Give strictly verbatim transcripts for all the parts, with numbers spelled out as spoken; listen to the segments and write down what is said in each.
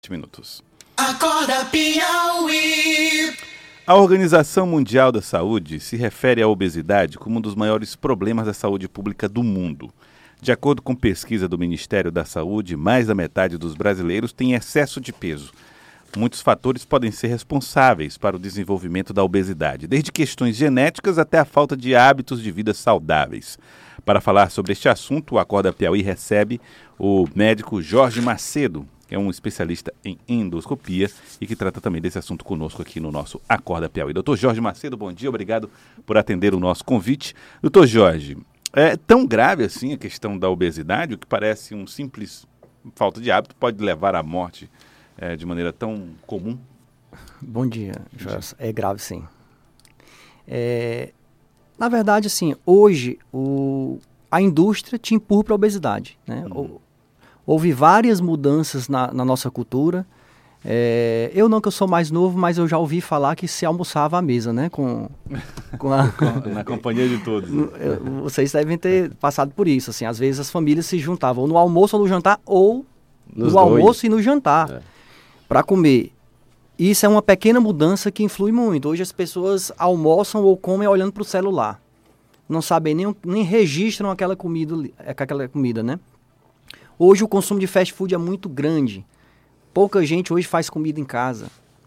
Minutos. Acorda, Piauí. A Organização Mundial da Saúde se refere à obesidade como um dos maiores problemas da saúde pública do mundo. De acordo com pesquisa do Ministério da Saúde, mais da metade dos brasileiros tem excesso de peso. Muitos fatores podem ser responsáveis para o desenvolvimento da obesidade, desde questões genéticas até a falta de hábitos de vida saudáveis. Para falar sobre este assunto, o Acorda Piauí recebe o médico Jorge Macedo, que é um especialista em endoscopia e que trata também desse assunto conosco aqui no nosso Acorda Piauí. Doutor Jorge Macedo, bom dia, obrigado por atender o nosso convite. Doutor Jorge, é tão grave assim a questão da obesidade, o que parece um simples falta de hábito pode levar à morte é, de maneira tão comum? Bom dia, Jorge. É grave, sim. É, na verdade, assim, hoje o, a indústria te empurra para a obesidade, né? Uhum. Houve várias mudanças na, na nossa cultura. É, eu não que eu sou mais novo, mas eu já ouvi falar que se almoçava à mesa, né? Com, com a... Na companhia de todos. Vocês devem ter passado por isso. Assim, às vezes as famílias se juntavam ou no almoço ou no jantar, ou Nos no dois. almoço e no jantar, é. para comer. Isso é uma pequena mudança que influi muito. Hoje as pessoas almoçam ou comem olhando para o celular. Não sabem nem, nem registram aquela comida, aquela comida, né? Hoje o consumo de fast food é muito grande. Pouca gente hoje faz comida em casa.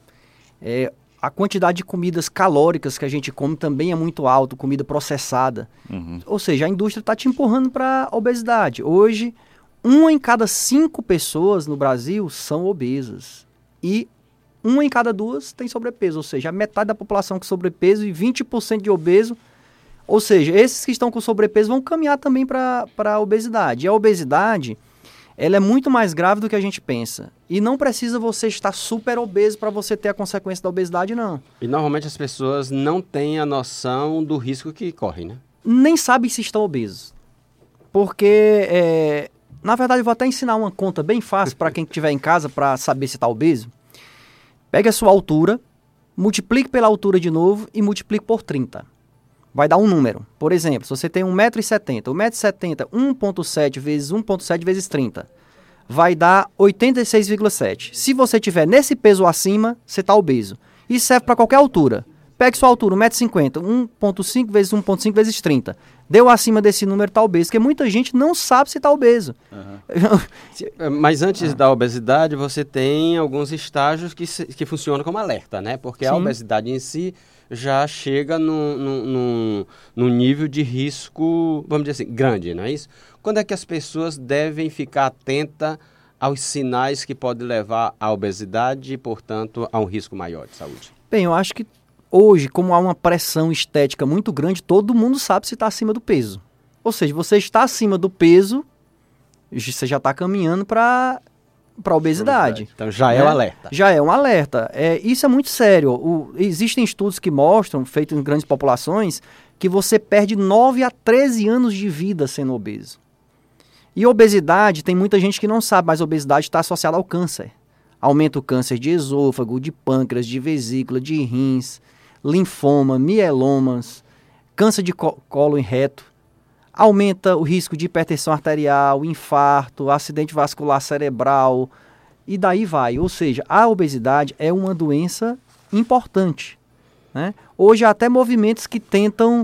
É, a quantidade de comidas calóricas que a gente come também é muito alta, comida processada. Uhum. Ou seja, a indústria está te empurrando para a obesidade. Hoje, uma em cada cinco pessoas no Brasil são obesas. E uma em cada duas tem sobrepeso. Ou seja, a metade da população com sobrepeso e vinte por cento de obeso. Ou seja, esses que estão com sobrepeso vão caminhar também para a obesidade. E a obesidade, ela é muito mais grave do que a gente pensa. E não precisa você estar super obeso para você ter a consequência da obesidade, não. E normalmente as pessoas não têm a noção do risco que correm, né? Nem sabem se estão obesos. Porque, é, na verdade, eu vou até ensinar uma conta bem fácil para quem estiver em casa para saber se está obeso. Pegue a sua altura, multiplique pela altura de novo e multiplique por trinta. Vai dar um número. Por exemplo, se você tem um metro e setenta, um metro e setenta, um vírgula sete vezes um vírgula sete vezes trinta, vai dar oitenta e seis vírgula sete. Se você tiver nesse peso acima, você está obeso. Isso serve para qualquer altura. Pegue sua altura, um metro e cinquenta, um vírgula cinco vezes um vírgula cinco vezes trinta. Deu acima desse número, está obeso. Porque muita gente não sabe se está obeso. Uhum. Mas antes ah. da obesidade, você tem alguns estágios que, se, que funcionam como alerta, né? Porque Sim. a obesidade em si já chega num, num, num nível de risco, vamos dizer assim, grande, não é isso? Quando é que as pessoas devem ficar atentas aos sinais que podem levar à obesidade e, portanto, a um risco maior de saúde? Bem, eu acho que hoje, como há uma pressão estética muito grande, todo mundo sabe se está acima do peso. Ou seja, você está acima do peso, você já está caminhando para para a obesidade. Então já é né? um alerta. Já é um alerta. É, isso é muito sério. O, existem estudos que mostram, feitos em grandes populações, que você perde nove a treze anos de vida sendo obeso. E obesidade, tem muita gente que não sabe, mas obesidade está associada ao câncer. Aumenta o câncer de esôfago, de pâncreas, de vesícula, de rins, linfoma, mielomas, câncer de co- colo e reto. Aumenta o risco de hipertensão arterial, infarto, acidente vascular cerebral e daí vai. Ou seja, a obesidade é uma doença importante, né? Hoje há até movimentos que tentam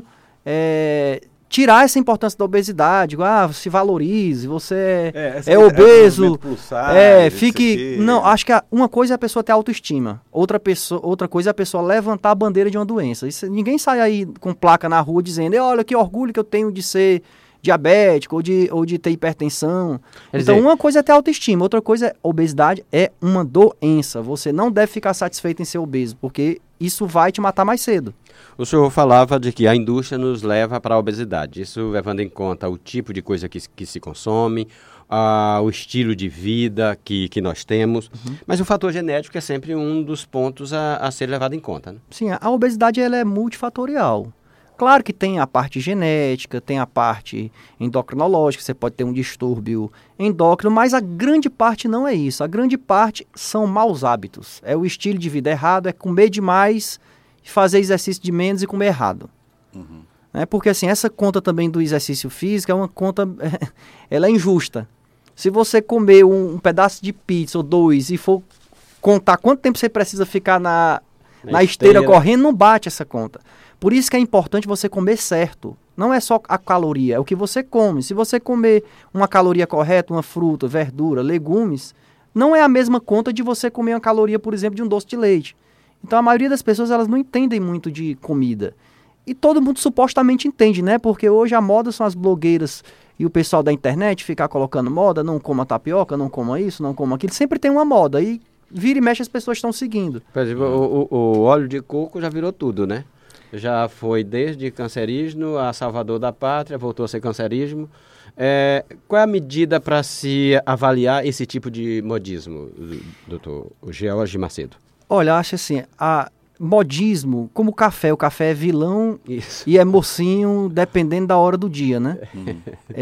é, tirar essa importância da obesidade. Ah, se valorize, você é, é obeso, é, fique... Não, acho que uma coisa é a pessoa ter autoestima, outra, pessoa, outra coisa é a pessoa levantar a bandeira de uma doença. Isso, ninguém sai aí com placa na rua dizendo, olha que orgulho que eu tenho de ser diabético ou de, ou de ter hipertensão. Quer então, dizer, uma coisa é ter autoestima, outra coisa é obesidade é uma doença. Você não deve ficar satisfeito em ser obeso, porque isso vai te matar mais cedo. O senhor falava de que a indústria nos leva para a obesidade, isso levando em conta o tipo de coisa que, que se consome, uh, o estilo de vida que, que nós temos, uhum. mas o fator genético é sempre um dos pontos a, a ser levado em conta, né? Sim, a obesidade ela é multifatorial. Claro que tem a parte genética, tem a parte endocrinológica, você pode ter um distúrbio endócrino, mas a grande parte não é isso. A grande parte são maus hábitos. É o estilo de vida errado, é comer demais, fazer exercício de menos e comer errado. Uhum. É porque assim, essa conta também do exercício físico é uma conta, ela é injusta. Se você comer um, um pedaço de pizza ou dois e for contar quanto tempo você precisa ficar na, na, na esteira, esteira correndo, não bate essa conta. Por isso que é importante você comer certo. Não é só a caloria, é o que você come. Se você comer uma caloria correta, uma fruta, verdura, legumes, não é a mesma conta de você comer uma caloria, por exemplo, de um doce de leite. Então a maioria das pessoas elas não entendem muito de comida. E todo mundo supostamente entende, né? Porque hoje a moda são as blogueiras e o pessoal da internet ficar colocando moda, não coma tapioca, não coma isso, não coma aquilo. Sempre tem uma moda e vira e mexe as pessoas estão seguindo. Por exemplo, o, o, o óleo de coco já virou tudo, né? Já foi desde cancerígeno a salvador da pátria, voltou a ser cancerígeno. É, qual é a medida para se avaliar esse tipo de modismo, doutor George Macedo? Olha, eu acho assim, a modismo, como o café, o café é vilão Isso. e é mocinho dependendo da hora do dia, né? Uhum.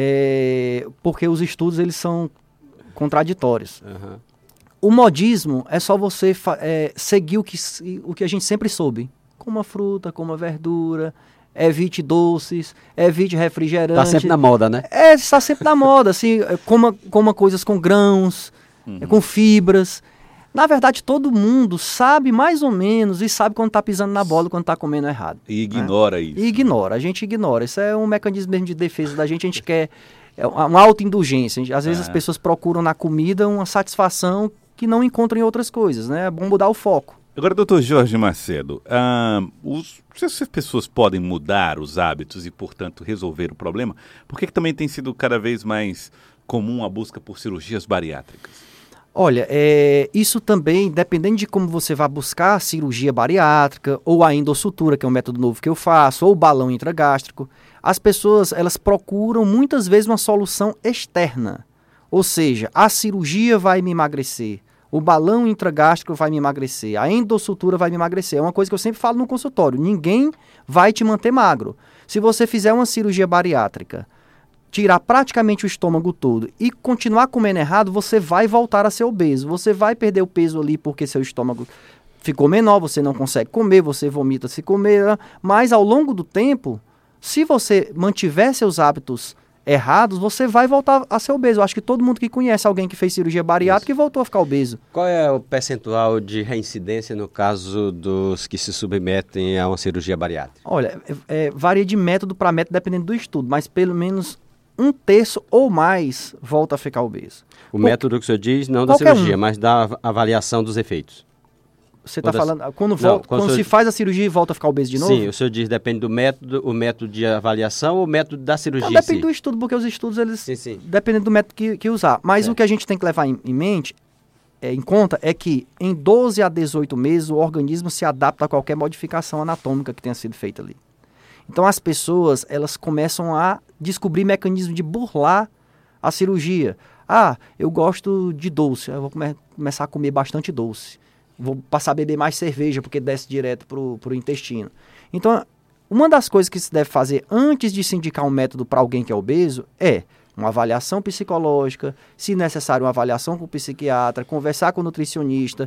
É, porque os estudos eles são contraditórios. Uhum. O modismo é só você é, seguir o que, o que a gente sempre soube. Coma fruta, coma verdura, evite doces, evite refrigerante. Está sempre na moda, né? É, está sempre na moda, assim, coma, coma coisas com grãos, uhum. com fibras. Na verdade, todo mundo sabe mais ou menos e sabe quando está pisando na bola, quando está comendo errado. E ignora né? isso. E ignora, a gente ignora. Isso é um mecanismo mesmo de defesa da gente, a gente quer é uma autoindulgência. Às vezes é. as pessoas procuram na comida uma satisfação que não encontram em outras coisas, né? É bom mudar o foco. Agora, doutor Jorge Macedo, ah, os, se as pessoas podem mudar os hábitos e, portanto, resolver o problema, por que, que também tem sido cada vez mais comum a busca por cirurgias bariátricas? Olha, é, isso também, dependendo de como você vai buscar a cirurgia bariátrica, ou a endossutura, que é um método novo que eu faço, ou o balão intragástrico, as pessoas elas procuram muitas vezes uma solução externa. Ou seja, a cirurgia vai me emagrecer, o balão intragástrico vai me emagrecer, a endossutura vai me emagrecer. É uma coisa que eu sempre falo no consultório, ninguém vai te manter magro. Se você fizer uma cirurgia bariátrica, tirar praticamente o estômago todo e continuar comendo errado, você vai voltar a ser obeso. Você vai perder o peso ali porque seu estômago ficou menor, você não consegue comer, você vomita se comer. Mas ao longo do tempo, se você mantiver seus hábitos errados, você vai voltar a ser obeso. Eu acho que todo mundo que conhece alguém que fez cirurgia bariátrica e voltou a ficar obeso. Qual é o percentual de reincidência no caso dos que se submetem a uma cirurgia bariátrica? Olha, é, é, varia de método para método dependendo do estudo, mas pelo menos um terço ou mais volta a ficar obeso. O Por... método que o senhor diz, não da cirurgia, um. mas da avaliação dos efeitos. Você está falando, quando, volta, não, quando, quando senhor... se faz a cirurgia e volta a ficar obeso de novo? Sim, o senhor diz depende do método, o método de avaliação ou o método da cirurgia? Não, depende si. do estudo, porque os estudos, eles sim, sim. dependem do método que, que usar. Mas é. o que a gente tem que levar em, em mente, é, em conta, é que em doze a dezoito meses o organismo se adapta a qualquer modificação anatômica que tenha sido feita ali. Então as pessoas, elas começam a descobrir mecanismos de burlar a cirurgia. Ah, eu gosto de doce, eu vou come- começar a comer bastante doce. Vou passar a beber mais cerveja, porque desce direto para o intestino. Então, uma das coisas que se deve fazer antes de se indicar um método para alguém que é obeso é uma avaliação psicológica, se necessário uma avaliação com o psiquiatra, conversar com o nutricionista,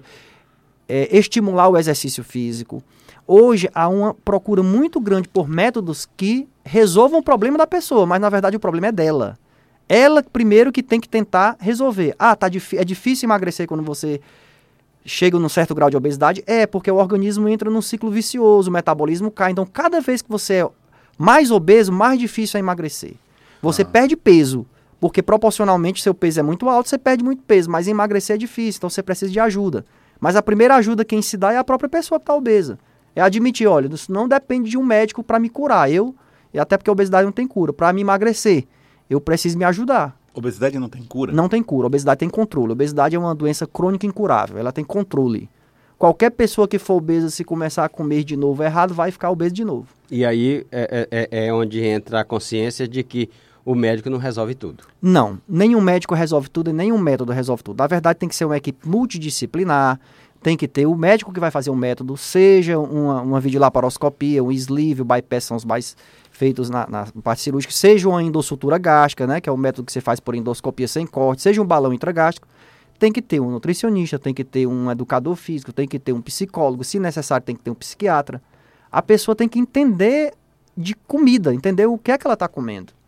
é, estimular o exercício físico. Hoje há uma procura muito grande por métodos que resolvam o problema da pessoa, mas na verdade o problema é dela. Ela primeiro que tem que tentar resolver. Ah, tá dif- é difícil emagrecer quando você chega num certo grau de obesidade? É, porque o organismo entra num ciclo vicioso, o metabolismo cai. Então, cada vez que você é mais obeso, mais difícil é emagrecer. Você ah. perde peso, porque proporcionalmente seu peso é muito alto, você perde muito peso, mas emagrecer é difícil, então você precisa de ajuda. Mas a primeira ajuda quem se dá é a própria pessoa que está obesa. É admitir, olha, isso não depende de um médico para me curar. Eu, e até porque a obesidade não tem cura, para me emagrecer, eu preciso me ajudar. Obesidade não tem cura? Não tem cura. Obesidade tem controle. Obesidade é uma doença crônica incurável. Ela tem controle. Qualquer pessoa que for obesa, se começar a comer de novo errado, vai ficar obeso de novo. E aí é, é, é onde entra a consciência de que o médico não resolve tudo. Não. Nenhum médico resolve tudo e nenhum método resolve tudo. Na verdade, tem que ser uma equipe multidisciplinar. Tem que ter o médico que vai fazer um método, seja uma, uma videolaparoscopia, um sleeve, o bypass são os mais feitos na, na parte cirúrgica, seja uma endossutura gástrica, né, que é o método que você faz por endoscopia sem corte, seja um balão intragástrico, tem que ter um nutricionista, tem que ter um educador físico, tem que ter um psicólogo, se necessário tem que ter um psiquiatra. A pessoa tem que entender de comida, entender o que é que ela está comendo.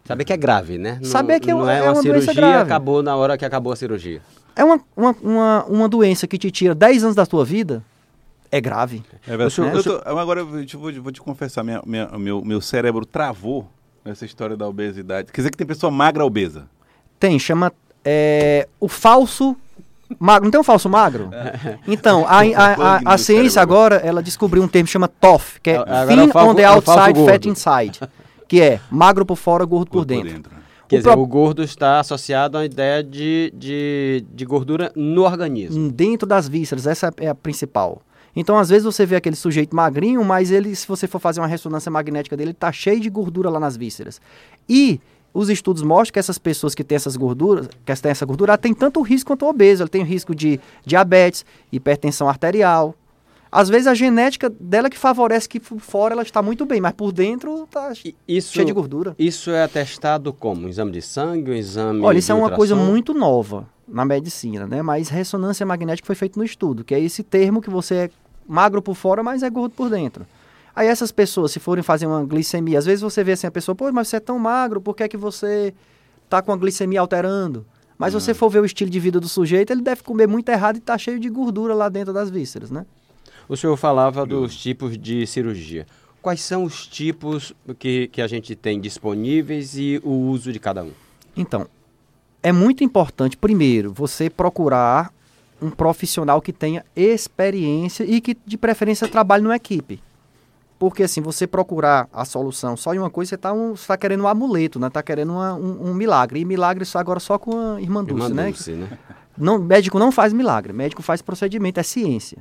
Saber que é grave, né? Não, Saber que não é, é uma, uma doença cirurgia, grave. acabou na hora que acabou a cirurgia. É uma, uma, uma, uma doença que te tira dez anos da tua vida, é grave. É verdade. O senhor- Eu tô- agora eu te- vou, vou te confessar, minha, minha- meu, meu cérebro travou nessa história da obesidade. Quer dizer que tem pessoa magra obesa. Tem, chama é, o falso magro. Não tem um falso magro? Então, a, a, a, a, a ciência agora, ela descobriu um termo que chama T O F, que é Agora Thin é o falso- on the é o falso outside, fat gordo. inside. Que é magro por fora, gordo por Por dentro. dentro. Quer O dizer, pro- o gordo está associado à ideia de, de, de gordura no organismo. Dentro das vísceras, essa é a principal. Então, às vezes, você vê aquele sujeito magrinho, mas ele, se você for fazer uma ressonância magnética dele, ele está cheio de gordura lá nas vísceras. E os estudos mostram que essas pessoas que têm essas gorduras, que têm essa gordura, ela tem tanto risco quanto o obeso. Ela tem o risco de diabetes, hipertensão arterial. Às vezes, a genética dela que favorece que por fora ela está muito bem, mas por dentro está E Isso, cheia de gordura. isso é atestado como? Um exame de sangue, um exame Olha, isso de é uma coisa ultrassom? muito nova na medicina, né? Mas ressonância magnética foi feito no estudo, que é esse termo que você é magro por fora, mas é gordo por dentro. Aí essas pessoas, se forem fazer uma glicemia, às vezes você vê assim a pessoa, pô, mas você é tão magro, por que é que você tá com a glicemia alterando? Mas se você for ver o estilo de vida do sujeito, ele deve comer muito errado e tá cheio de gordura lá dentro das vísceras, né? O senhor falava dos tipos de cirurgia. Quais são os tipos que, que a gente tem disponíveis e o uso de cada um? Então, é muito importante, primeiro, você procurar um profissional que tenha experiência e que, de preferência, trabalhe numa equipe. Porque, assim, você procurar a solução só em uma coisa, você está um, você tá querendo um amuleto, né? Está querendo uma, um, um milagre. E milagre só agora só com a irmã Dulce, Irmã né? Dulce, né? Não, médico não faz milagre, médico faz procedimento, é ciência.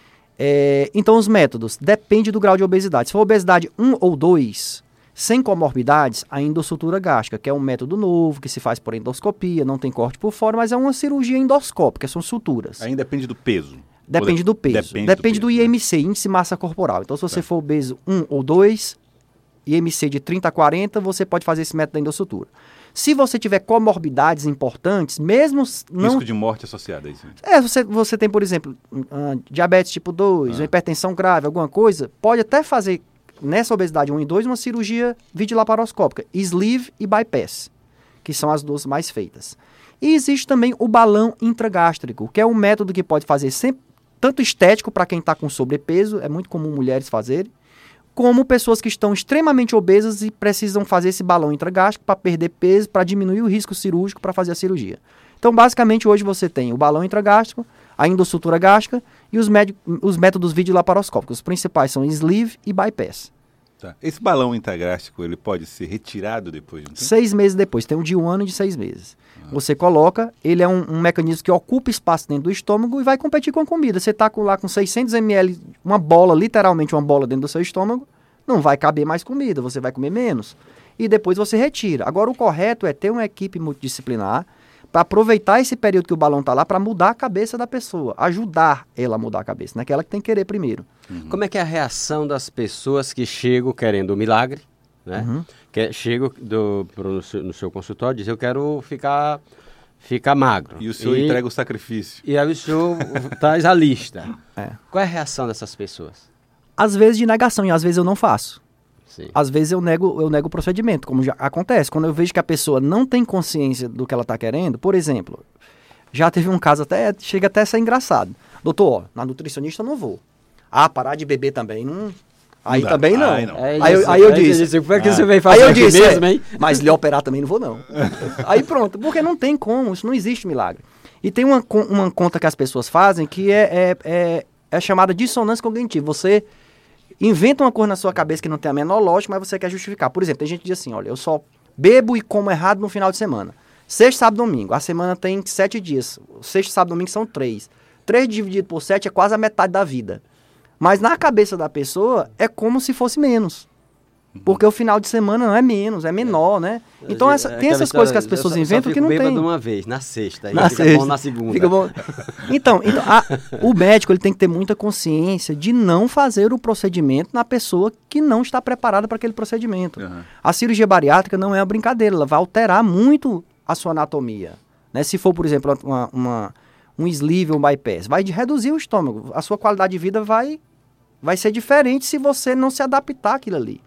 É, então, os métodos, depende do grau de obesidade. Se for obesidade um ou dois, sem comorbidades, a endossutura gástrica, que é um método novo, que se faz por endoscopia, não tem corte por fora, mas é uma cirurgia endoscópica, são suturas. Ainda depende do peso. Depende do peso. Depende, Depende, do, peso, I M C, índice massa corporal. Então, se você for obeso um ou dois, I M C de trinta a quarenta, você pode fazer esse método da endossutura. Se você tiver comorbidades importantes, mesmo s- não... Risco de morte associado a isso. É, você, você tem, por exemplo, uh, diabetes tipo dois, Ah. uma hipertensão grave, alguma coisa, pode até fazer, nessa obesidade um e dois, uma cirurgia videolaparoscópica, sleeve e bypass, que são as duas mais feitas. E existe também o balão intragástrico, que é um método que pode fazer sempre, tanto estético para quem está com sobrepeso, é muito comum mulheres fazerem, como pessoas que estão extremamente obesas e precisam fazer esse balão intragástrico para perder peso, para diminuir o risco cirúrgico para fazer a cirurgia. Então, basicamente, hoje você tem o balão intragástrico, a endossutura gástrica e os, médi- os métodos videolaparoscópicos. Os principais são sleeve e bypass. Tá. Esse balão intragrástico, ele pode ser retirado depois de um tempo? Seis meses depois, tem um de um ano e de seis meses. Você coloca, ele é um, um mecanismo que ocupa espaço dentro do estômago e vai competir com a comida. Você está com, lá com seiscentos mililitros, uma bola, literalmente uma bola dentro do seu estômago, não vai caber mais comida, você vai comer menos. E depois você retira. Agora, o correto é ter uma equipe multidisciplinar para aproveitar esse período que o balão está lá para mudar a cabeça da pessoa, ajudar ela a mudar a cabeça, né? Que ela que tem que querer primeiro. Como é que é a reação das pessoas que chegam querendo o milagre, né? Uhum. Que chegam do, pro, no, seu, no seu consultório e dizem, eu quero ficar, ficar magro. E o senhor entrega o sacrifício. E aí o senhor traz a lista. É. Qual é a reação dessas pessoas? Às vezes de negação e às vezes eu não faço. Sim. Às vezes eu nego, eu nego o procedimento, como já acontece. Quando eu vejo que a pessoa não tem consciência do que ela está querendo, por exemplo, já teve um caso até, chega até a ser engraçado. Doutor, ó, na nutricionista eu não vou. Ah, parar de beber também não... Aí dá. também não. Ai, não. Aí, eu, aí eu disse... Como é que Ah. você veio Aí fazer eu aqui disse, mesmo, é, hein? mas lhe operar também não vou não. Aí pronto, porque não tem como, isso não existe milagre. E tem uma, con- uma conta que as pessoas fazem que é, é, é, é chamada dissonância cognitiva. Você inventa uma coisa na sua cabeça que não tem a menor lógica, mas você quer justificar. Por exemplo, tem gente que diz assim, olha, eu só bebo e como errado no final de semana. Sexta, sábado, domingo. A semana tem sete dias. Sexta, sábado, domingo são três. Três dividido por sete é quase a metade da vida. Mas na cabeça da pessoa é como se fosse menos. Porque o final de semana não é menos, é menor, né? Então essa, tem essas coisas que as pessoas inventam que não tem. de uma vez, na sexta, aí Na fica sexta. bom na segunda. Fica bom. Então, então a- o médico ele tem que ter muita consciência de não fazer o procedimento na pessoa que não está preparada para aquele procedimento. Uhum. A cirurgia bariátrica não é uma brincadeira, ela vai alterar muito a sua anatomia. Né? Se for, por exemplo, uma, uma, um sleeve ou um bypass, vai de- reduzir o estômago. A sua qualidade de vida vai, vai ser diferente se você não se adaptar àquilo ali.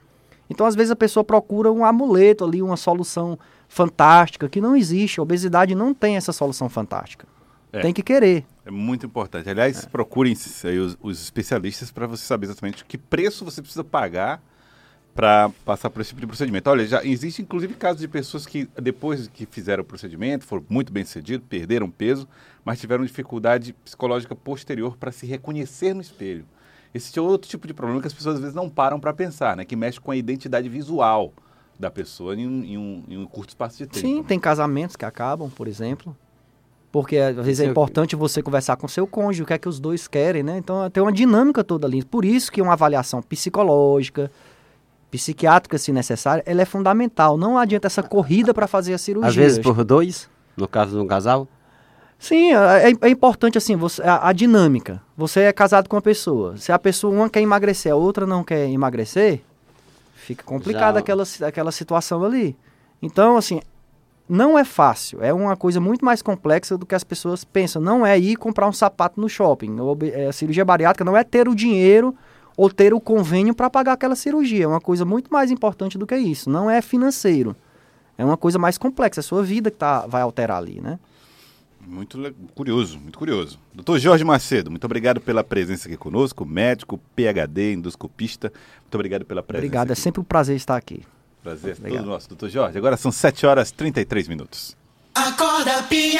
Então, às vezes, a pessoa procura um amuleto ali, uma solução fantástica, que não existe. A obesidade não tem essa solução fantástica. É. Tem que querer. É muito importante. Aliás, é. procurem aí os, os especialistas para você saber exatamente que preço você precisa pagar para passar por esse tipo de procedimento. Olha, já existe inclusive casos de pessoas que depois que fizeram o procedimento, foram muito bem sucedidos, perderam peso, mas tiveram dificuldade psicológica posterior para se reconhecer no espelho. Esse é outro tipo de problema que as pessoas às vezes não param para pensar, né? Que mexe com a identidade visual da pessoa em um, em um, em um curto espaço de tempo. Sim, tem casamentos que acabam, por exemplo. Porque às vezes é importante você conversar com seu cônjuge, o que é que os dois querem, né? Então tem uma dinâmica toda ali. Por isso que uma avaliação psicológica, psiquiátrica, se necessária, ela é fundamental. Não adianta essa corrida para fazer a cirurgia. Às vezes por dois, no caso de um casal? Sim, é, é importante assim, você, a, a dinâmica. Você é casado com uma pessoa. Se a pessoa, uma quer emagrecer, a outra não quer emagrecer, fica complicada aquela, aquela situação ali. Então, assim, não é fácil. É uma coisa muito mais complexa do que as pessoas pensam. Não é ir comprar um sapato no shopping. A cirurgia bariátrica não é ter o dinheiro ou ter o convênio para pagar aquela cirurgia. É uma coisa muito mais importante do que isso. Não é financeiro. É uma coisa mais complexa. É a sua vida que tá, vai alterar ali, né? Muito curioso, muito curioso. doutor Jorge Macedo, muito obrigado pela presença aqui conosco, médico, P H D, endoscopista. Muito obrigado pela presença. Obrigado, aqui. É sempre um prazer estar aqui. Prazer é todo nosso, doutor Jorge. Agora são sete horas e trinta e três minutos. Acorda, Piauí.